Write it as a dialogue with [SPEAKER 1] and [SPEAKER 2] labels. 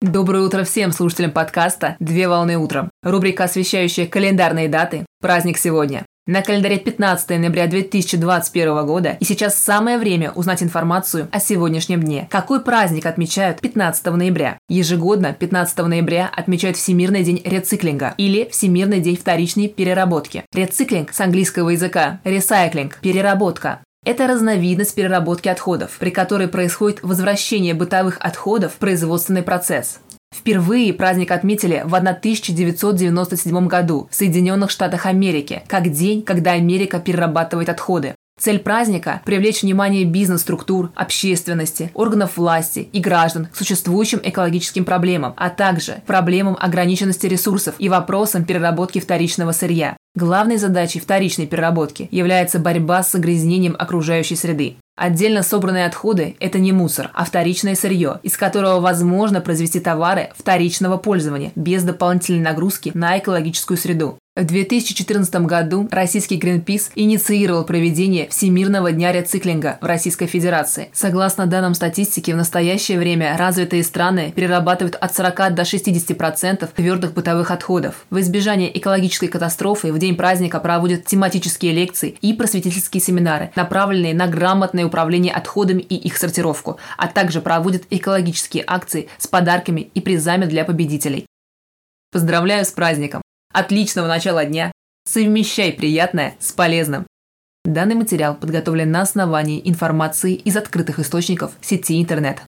[SPEAKER 1] Доброе утро всем слушателям подкаста «Две волны утром». Рубрика, освещающая календарные даты. Праздник сегодня. На календаре 15 ноября 2021 года, и сейчас самое время узнать информацию о сегодняшнем дне. Какой праздник отмечают 15 ноября? Ежегодно 15 ноября отмечают Всемирный день рециклинга или Всемирный день вторичной переработки. Рециклинг с английского языка recycling – переработка. Это разновидность переработки отходов, при которой происходит возвращение бытовых отходов в производственный процесс. Впервые праздник отметили в 1997 году в Соединенных Штатах Америки, как день, когда Америка перерабатывает отходы. Цель праздника – привлечь внимание бизнес-структур, общественности, органов власти и граждан к существующим экологическим проблемам, а также проблемам ограниченности ресурсов и вопросам переработки вторичного сырья. Главной задачей вторичной переработки является борьба с загрязнением окружающей среды. Отдельно собранные отходы – это не мусор, а вторичное сырье, из которого возможно произвести товары вторичного пользования без дополнительной нагрузки на экологическую среду. В 2014 году российский Greenpeace инициировал проведение Всемирного дня рециклинга в Российской Федерации. Согласно данным статистики, в настоящее время развитые страны перерабатывают от 40 до 60% твердых бытовых отходов. В избежание экологической катастрофы в день праздника проводят тематические лекции и просветительские семинары, направленные на грамотное управление отходами и их сортировку, а также проводят экологические акции с подарками и призами для победителей. Поздравляю с праздником! Отличного начала дня! Совмещай приятное с полезным! Данный материал подготовлен на основании информации из открытых источников сети интернет.